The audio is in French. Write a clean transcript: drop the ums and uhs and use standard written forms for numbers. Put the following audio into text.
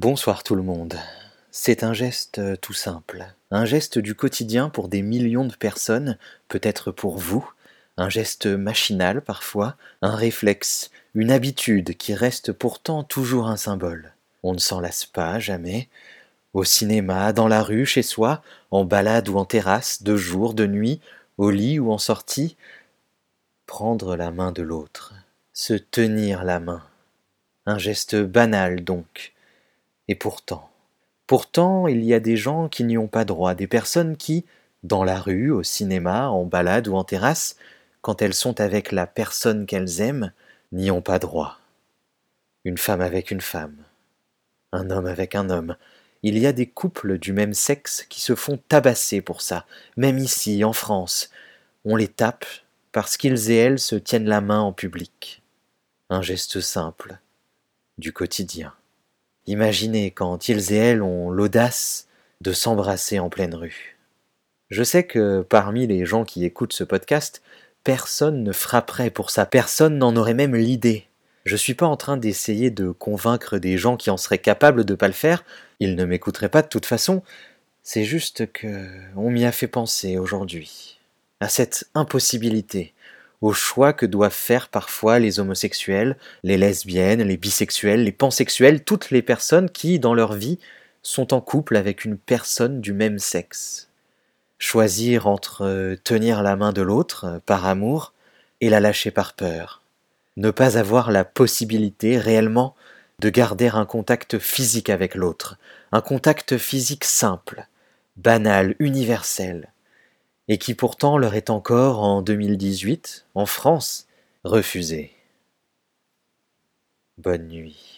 Bonsoir tout le monde. C'est un geste tout simple, un geste du quotidien pour des millions de personnes, peut-être pour vous, un geste machinal parfois, un réflexe, une habitude qui reste pourtant toujours un symbole. On ne s'en lasse pas, jamais. Au cinéma, dans la rue, chez soi, en balade ou en terrasse, de jour, de nuit, au lit ou en sortie, prendre la main de l'autre, se tenir la main. Un geste banal donc. Et pourtant, il y a des gens qui n'y ont pas droit, des personnes qui, dans la rue, au cinéma, en balade ou en terrasse, quand elles sont avec la personne qu'elles aiment, n'y ont pas droit. Une femme avec une femme, un homme avec un homme. Il y a des couples du même sexe qui se font tabasser pour ça, même ici, en France. On les tape parce qu'ils et elles se tiennent la main en public. Un geste simple, du quotidien. Imaginez quand ils et elles ont l'audace de s'embrasser en pleine rue. Je sais que parmi les gens qui écoutent ce podcast, personne ne frapperait pour ça, personne n'en aurait même l'idée. Je suis pas en train d'essayer de convaincre des gens qui en seraient capables de pas le faire, ils ne m'écouteraient pas de toute façon, c'est juste que on m'y a fait penser aujourd'hui, à cette impossibilité, au choix que doivent faire parfois les homosexuels, les lesbiennes, les bisexuels, les pansexuels, toutes les personnes qui, dans leur vie, sont en couple avec une personne du même sexe. Choisir entre tenir la main de l'autre, par amour, et la lâcher par peur. Ne pas avoir la possibilité réellement de garder un contact physique avec l'autre, un contact physique simple, banal, universel, et qui pourtant leur est encore, en 2018, en France, refusé. Bonne nuit.